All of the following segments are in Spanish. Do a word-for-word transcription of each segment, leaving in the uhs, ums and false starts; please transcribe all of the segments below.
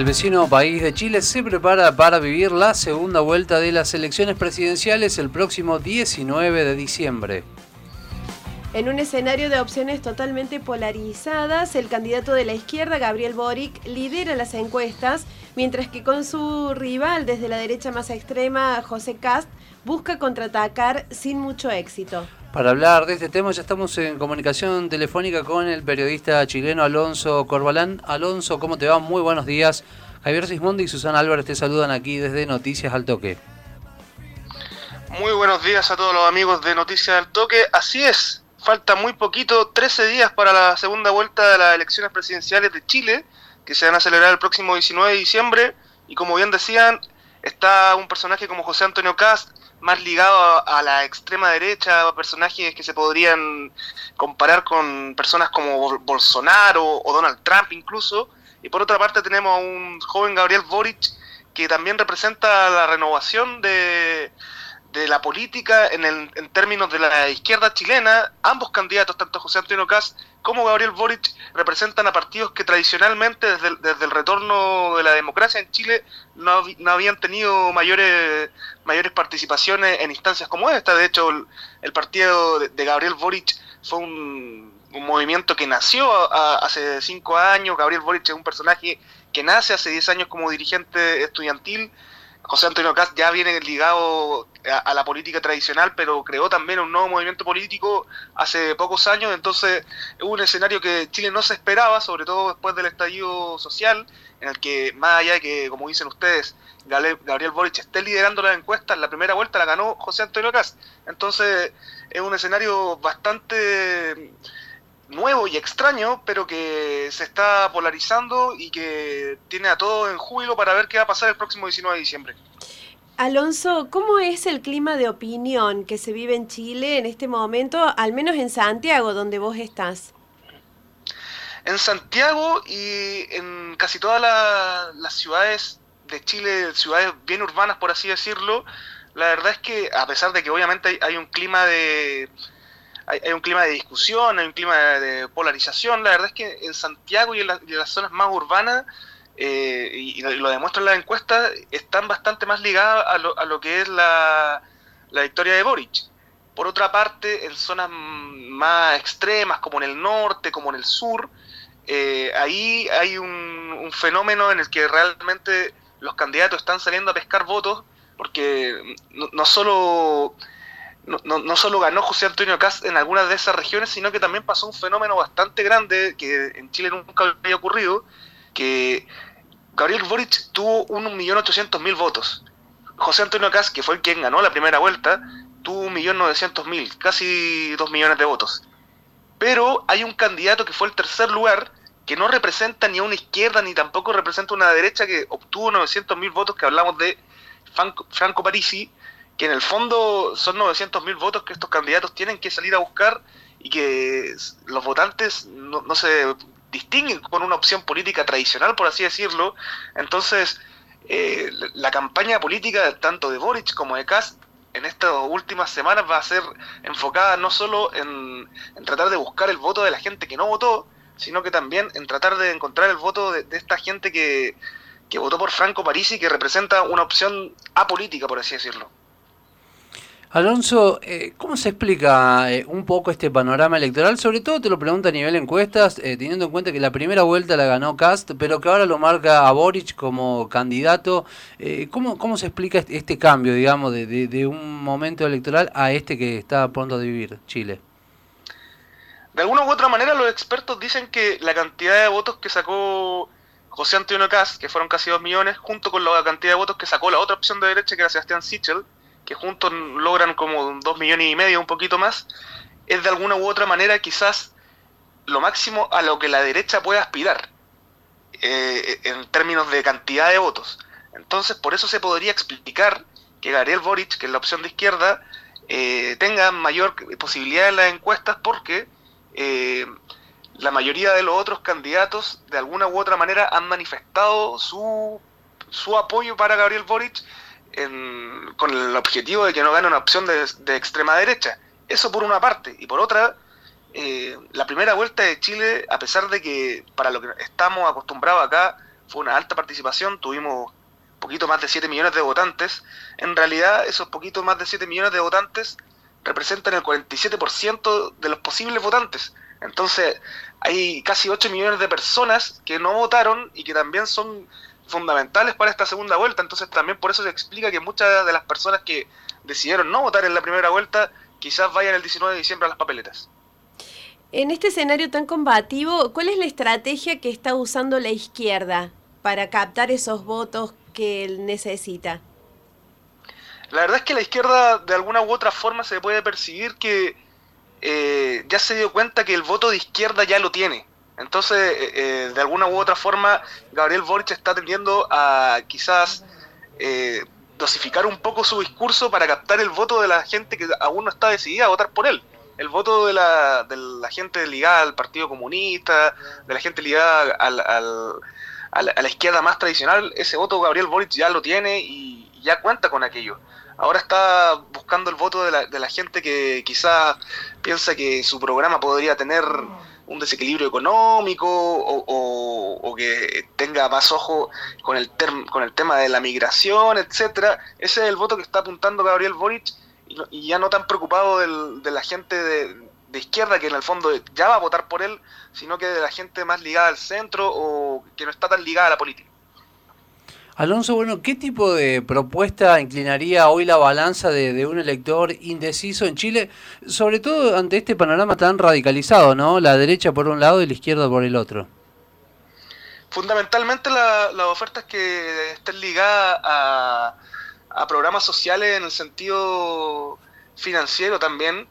El vecino país de Chile se prepara para vivir la segunda vuelta de las elecciones presidenciales el próximo diecinueve de diciembre. En un escenario de opciones totalmente polarizadas, el candidato de la izquierda, Gabriel Boric, lidera las encuestas, mientras que con su rival desde la derecha más extrema, José Kast, busca contraatacar sin mucho éxito. Para hablar de este tema ya estamos en comunicación telefónica con el periodista chileno Alonso Corbalán. Alonso, ¿cómo te va? Muy buenos días. Javier Sismondi y Susana Álvarez te saludan aquí desde Noticias al Toque. Muy buenos días a todos los amigos de Noticias al Toque. Así es, falta muy poquito, trece días para la segunda vuelta de las elecciones presidenciales de Chile, que se van a celebrar el próximo diecinueve de diciembre. Y como bien decían, está un personaje como José Antonio Kast, más ligado a, a la extrema derecha, personajes que se podrían comparar con personas como Bolsonaro o Donald Trump incluso. Y por otra parte tenemos a un joven Gabriel Boric, que también representa la renovación de, de la política en, el, en términos de la izquierda chilena. Ambos candidatos, tanto José Antonio Kast como Gabriel Boric, representan a partidos que tradicionalmente desde el, desde el retorno de la democracia en Chile no, no habían tenido mayores mayores participaciones en instancias como esta. De hecho, el, el partido de, de Gabriel Boric fue un, un movimiento que nació a, a, hace cinco años. Gabriel Boric es un personaje que nace hace diez años como dirigente estudiantil. José Antonio Kast ya viene ligado a, a la política tradicional, pero creó también un nuevo movimiento político hace pocos años. Entonces es un escenario que Chile no se esperaba, sobre todo después del estallido social, en el que, más allá de que, como dicen ustedes, Gabriel Boric esté liderando las encuestas, la primera vuelta la ganó José Antonio Kast. Entonces es un escenario bastante nuevo y extraño, pero que se está polarizando y que tiene a todos en júbilo para ver qué va a pasar el próximo diecinueve de diciembre. Alonso, ¿cómo es el clima de opinión que se vive en Chile en este momento, al menos en Santiago, donde vos estás? En Santiago y en casi todas la, las ciudades de Chile, ciudades bien urbanas por así decirlo, la verdad es que a pesar de que obviamente hay, hay un clima de hay, hay un clima de discusión, hay un clima de, de polarización, la verdad es que en Santiago y en, la, y en las zonas más urbanas, eh, y, y lo demuestran las encuestas, están bastante más ligadas a lo, a lo que es la, la victoria de Boric. Por otra parte, en zonas más extremas, como en el norte, como en el sur, eh, ahí hay un, un fenómeno en el que realmente los candidatos están saliendo a pescar votos, porque no, no solo no, no, no solo ganó José Antonio Kast en algunas de esas regiones, sino que también pasó un fenómeno bastante grande que en Chile nunca había ocurrido, que Gabriel Boric tuvo un millón ochocientos mil votos. José Antonio Kast, que fue quien ganó la primera vuelta, tuvo un millón novecientos mil, casi dos millones de votos. Pero hay un candidato que fue el tercer lugar, que no representa ni a una izquierda ni tampoco representa a una derecha, que obtuvo novecientos mil votos, que hablamos de Franco, Franco Parisi, que en el fondo son novecientos mil votos que estos candidatos tienen que salir a buscar y que los votantes no, no se distinguen con una opción política tradicional, por así decirlo. Entonces, eh, la campaña política tanto de Boric como de Kast en estas últimas semanas va a ser enfocada no solo en, en tratar de buscar el voto de la gente que no votó, sino que también en tratar de encontrar el voto de, de esta gente que, que votó por Franco Parisi, que representa una opción apolítica, por así decirlo. Alonso, eh, ¿cómo se explica eh, un poco este panorama electoral? Sobre todo te lo pregunto a nivel encuestas, eh, teniendo en cuenta que la primera vuelta la ganó Kast, pero que ahora lo marca a Boric como candidato. Eh, ¿cómo, ¿Cómo se explica este, este cambio, digamos, de, de, de un momento electoral a este que está a punto de vivir Chile? De alguna u otra manera los expertos dicen que la cantidad de votos que sacó José Antonio Kast, que fueron casi dos millones, junto con la cantidad de votos que sacó la otra opción de derecha, que era Sebastián Sichel, que juntos logran como dos millones y medio, un poquito más, es de alguna u otra manera quizás lo máximo a lo que la derecha puede aspirar, eh, en términos de cantidad de votos. Entonces, por eso se podría explicar que Gabriel Boric, que es la opción de izquierda, eh, tenga mayor posibilidad en las encuestas, porque eh, la mayoría de los otros candidatos de alguna u otra manera han manifestado su, su apoyo para Gabriel Boric, En, con el objetivo de que no gane una opción de, de extrema derecha. Eso por una parte. Y por otra, eh, la primera vuelta de Chile, a pesar de que para lo que estamos acostumbrados acá fue una alta participación, tuvimos poquito más de siete millones de votantes. En realidad, esos poquitos más de siete millones de votantes representan el cuarenta y siete por ciento de los posibles votantes. Entonces, hay casi ocho millones de personas que no votaron y que también son fundamentales para esta segunda vuelta. Entonces, también por eso se explica que muchas de las personas que decidieron no votar en la primera vuelta, quizás vayan el diecinueve de diciembre a las papeletas. En este escenario tan combativo, ¿cuál es la estrategia que está usando la izquierda para captar esos votos que él necesita? La verdad es que la izquierda, de alguna u otra forma, se puede percibir que eh, ya se dio cuenta que el voto de izquierda ya lo tiene. Entonces, eh, de alguna u otra forma, Gabriel Boric está tendiendo a quizás eh, dosificar un poco su discurso para captar el voto de la gente que aún no está decidida a votar por él. El voto de la, de la gente ligada al Partido Comunista, de la gente ligada al, al, a, la, a la izquierda más tradicional, ese voto Gabriel Boric ya lo tiene y, y ya cuenta con aquello. Ahora está buscando el voto de la, de la gente que quizás piensa que su programa podría tener un desequilibrio económico o, o, o que tenga más ojo con el, term, con el tema de la migración, etcétera. Ese es el voto que está apuntando Gabriel Boric y, no, y ya no tan preocupado del, de la gente de, de izquierda que en el fondo ya va a votar por él, sino que de la gente más ligada al centro o que no está tan ligada a la política. Alonso, bueno, ¿qué tipo de propuesta inclinaría hoy la balanza de, de un elector indeciso en Chile, sobre todo ante este panorama tan radicalizado, ¿no? La derecha por un lado y la izquierda por el otro. Fundamentalmente la, las ofertas que estén ligadas a, a programas sociales en el sentido financiero también.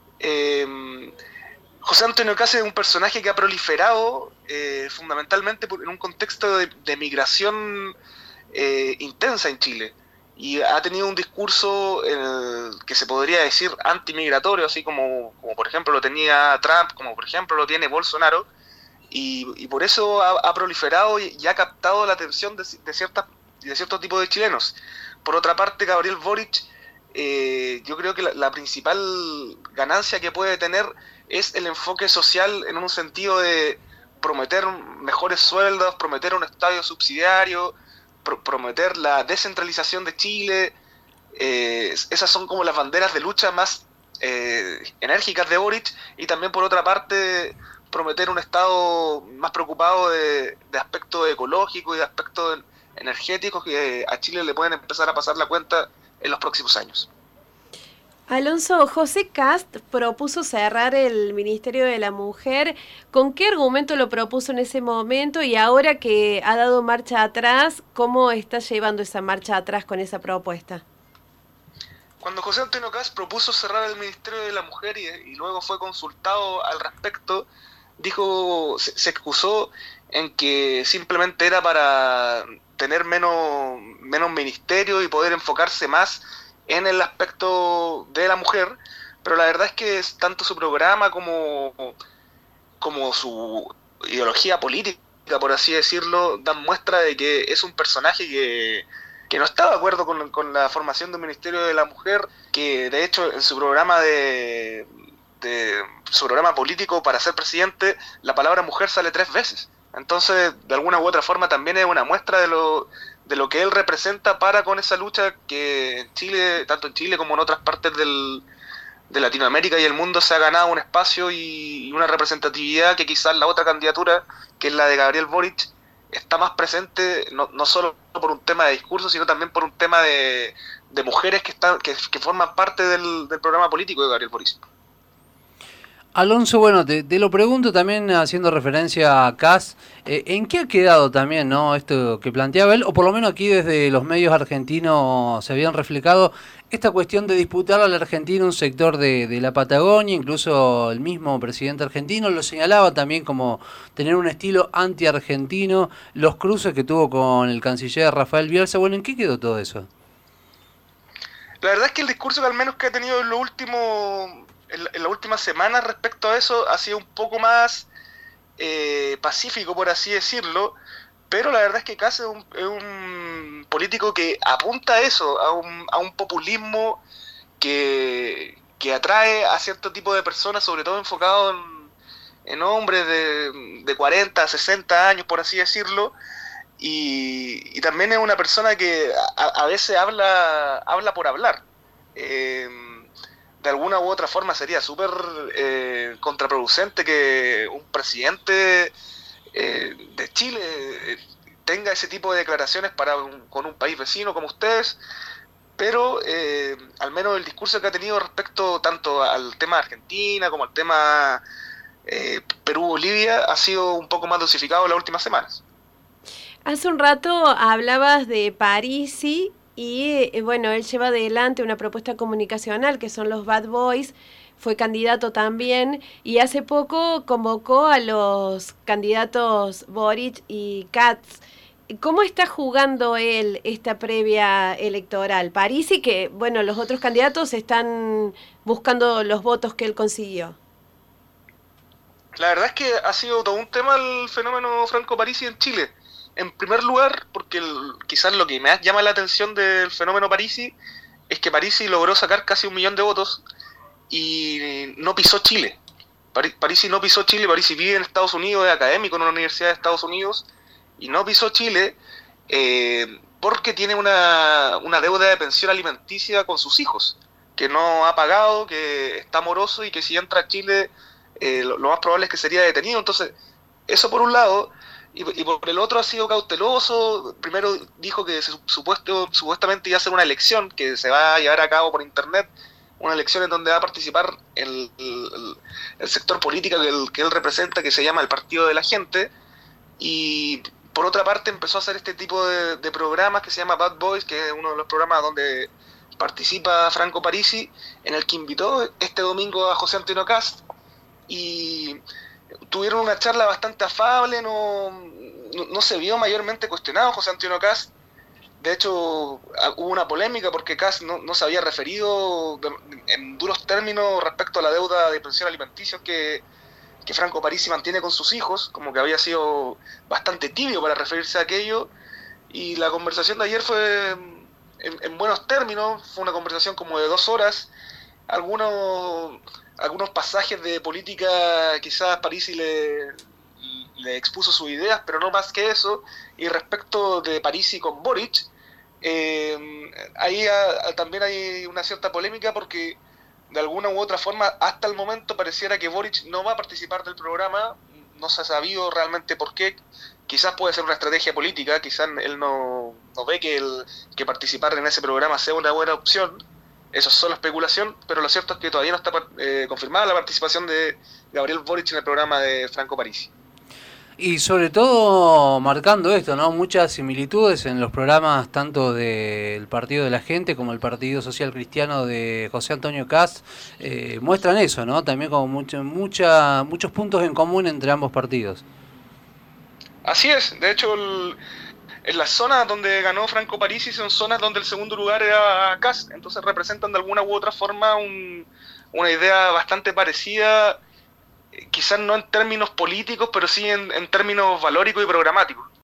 Eh, José Antonio Kast es un personaje que ha proliferado eh, fundamentalmente en un contexto de, de migración Eh, intensa en Chile y ha tenido un discurso eh, que se podría decir antimigratorio, así como, como por ejemplo lo tenía Trump, como por ejemplo lo tiene Bolsonaro, y, y por eso ha, ha proliferado y, y ha captado la atención de, de, ciertas, de ciertos tipos de chilenos. Por otra parte, Gabriel Boric, eh, yo creo que la, la principal ganancia que puede tener es el enfoque social en un sentido de prometer mejores sueldos, prometer un estadio subsidiario, prometer la descentralización de Chile. Eh, esas son como las banderas de lucha más eh, enérgicas de Boric, y también por otra parte prometer un Estado más preocupado de, de aspectos ecológicos y de aspectos energéticos que a Chile le pueden empezar a pasar la cuenta en los próximos años. Alonso, José Kast propuso cerrar el Ministerio de la Mujer. ¿Con qué argumento lo propuso en ese momento? Y ahora que ha dado marcha atrás, ¿cómo está llevando esa marcha atrás con esa propuesta? Cuando José Antonio Kast propuso cerrar el Ministerio de la Mujer y, y luego fue consultado al respecto, dijo, se, se excusó en que simplemente era para tener menos, menos ministerio y poder enfocarse más en el aspecto de la mujer, pero la verdad es que tanto su programa como, como su ideología política, por así decirlo, dan muestra de que es un personaje que, que no está de acuerdo con, con la formación de un Ministerio de la Mujer, que de hecho en su programa de, de su programa político para ser presidente, la palabra mujer sale tres veces. Entonces, de alguna u otra forma, también es una muestra de lo de lo que él representa para con esa lucha que en Chile, tanto en Chile como en otras partes del, de Latinoamérica y el mundo, se ha ganado un espacio y una representatividad que quizás la otra candidatura, que es la de Gabriel Boric, está más presente, no, no solo por un tema de discurso, sino también por un tema de, de mujeres que están que, que forman parte del, del programa político de Gabriel Boric. Alonso, bueno, te, te lo pregunto también haciendo referencia a Kast, eh, ¿en qué ha quedado también, no, esto que planteaba él, o por lo menos aquí desde los medios argentinos se habían reflejado esta cuestión de disputar al argentino un sector de, de la Patagonia? Incluso el mismo presidente argentino lo señalaba también como tener un estilo anti-argentino, los cruces que tuvo con el canciller Rafael Bielsa. Bueno, ¿en qué quedó todo eso? La verdad es que el discurso que al menos que ha tenido en lo último... en la, en la última semana respecto a eso ha sido un poco más eh, pacífico, por así decirlo, pero la verdad es que Kast es un, es un político que apunta a eso, a un, a un populismo que, que atrae a cierto tipo de personas, sobre todo enfocado en, en hombres de, de cuarenta, sesenta años, por así decirlo, y, y también es una persona que a, a veces habla, habla por hablar. Eh, de alguna u otra forma sería súper eh, contraproducente que un presidente eh, de Chile eh, tenga ese tipo de declaraciones para un, con un país vecino como ustedes, pero eh, al menos el discurso que ha tenido respecto tanto al tema de Argentina como al tema eh, Perú-Bolivia ha sido un poco más dosificado en las últimas semanas. Hace un rato hablabas de Parisi y eh, bueno, él lleva adelante una propuesta comunicacional que son los Bad Boys, fue candidato también y hace poco convocó a los candidatos Boric y Katz. ¿Cómo está jugando él esta previa electoral? Parisi, que bueno, los otros candidatos están buscando los votos que él consiguió. La verdad es que ha sido todo un tema el fenómeno Franco Parisi en Chile. En primer lugar, porque el, quizás lo que me llama la atención del fenómeno Parisi es que Parisi logró sacar casi un millón de votos y no pisó Chile. Parisi no pisó Chile, Parisi vive en Estados Unidos, es académico en una universidad de Estados Unidos, y no pisó Chile eh, porque tiene una, una deuda de pensión alimenticia con sus hijos, que no ha pagado, que está moroso y que si entra a Chile eh, lo, lo más probable es que sería detenido. Entonces, eso por un lado. Y, y por el otro ha sido cauteloso. Primero dijo que se, supuesto, supuestamente iba a ser una elección que se va a llevar a cabo por internet, una elección en donde va a participar el, el, el sector político que él, que él representa, que se llama el Partido de la Gente, y por otra parte empezó a hacer este tipo de, de programas que se llama Bad Boys, que es uno de los programas donde participa Franco Parisi, en el que invitó este domingo a José Antonio Kast, y tuvieron una charla bastante afable, no, no, no se vio mayormente cuestionado José Antonio Kast. De hecho, hubo una polémica porque Kast no, no se había referido de, en duros términos respecto a la deuda de pensión alimenticia que, que Franco Parisi mantiene con sus hijos, como que había sido bastante tibio para referirse a aquello, y la conversación de ayer fue en, en buenos términos, fue una conversación como de dos horas. Algunos... algunos pasajes de política quizás Parisi le, le expuso sus ideas, pero no más que eso. Y respecto de Parisi con Boric, eh, ahí a, a, también hay una cierta polémica porque de alguna u otra forma hasta el momento pareciera que Boric no va a participar del programa, no se ha sabido realmente por qué. Quizás puede ser una estrategia política, quizás él no, no ve que, el, que participar en ese programa sea una buena opción. Eso es solo especulación, pero lo cierto es que todavía no está eh, confirmada la participación de Gabriel Boric en el programa de Franco Parisi. Y sobre todo marcando esto, ¿no? Muchas similitudes en los programas tanto del Partido de la Gente como el Partido Social Cristiano de José Antonio Kast eh, muestran eso, ¿no? También como mucho, mucha, muchos puntos en común entre ambos partidos. Así es, de hecho el... en las zonas donde ganó Franco Parisi son zonas donde el segundo lugar era Kast, entonces representan de alguna u otra forma un, una idea bastante parecida, quizás no en términos políticos, pero sí en, en términos valóricos y programáticos.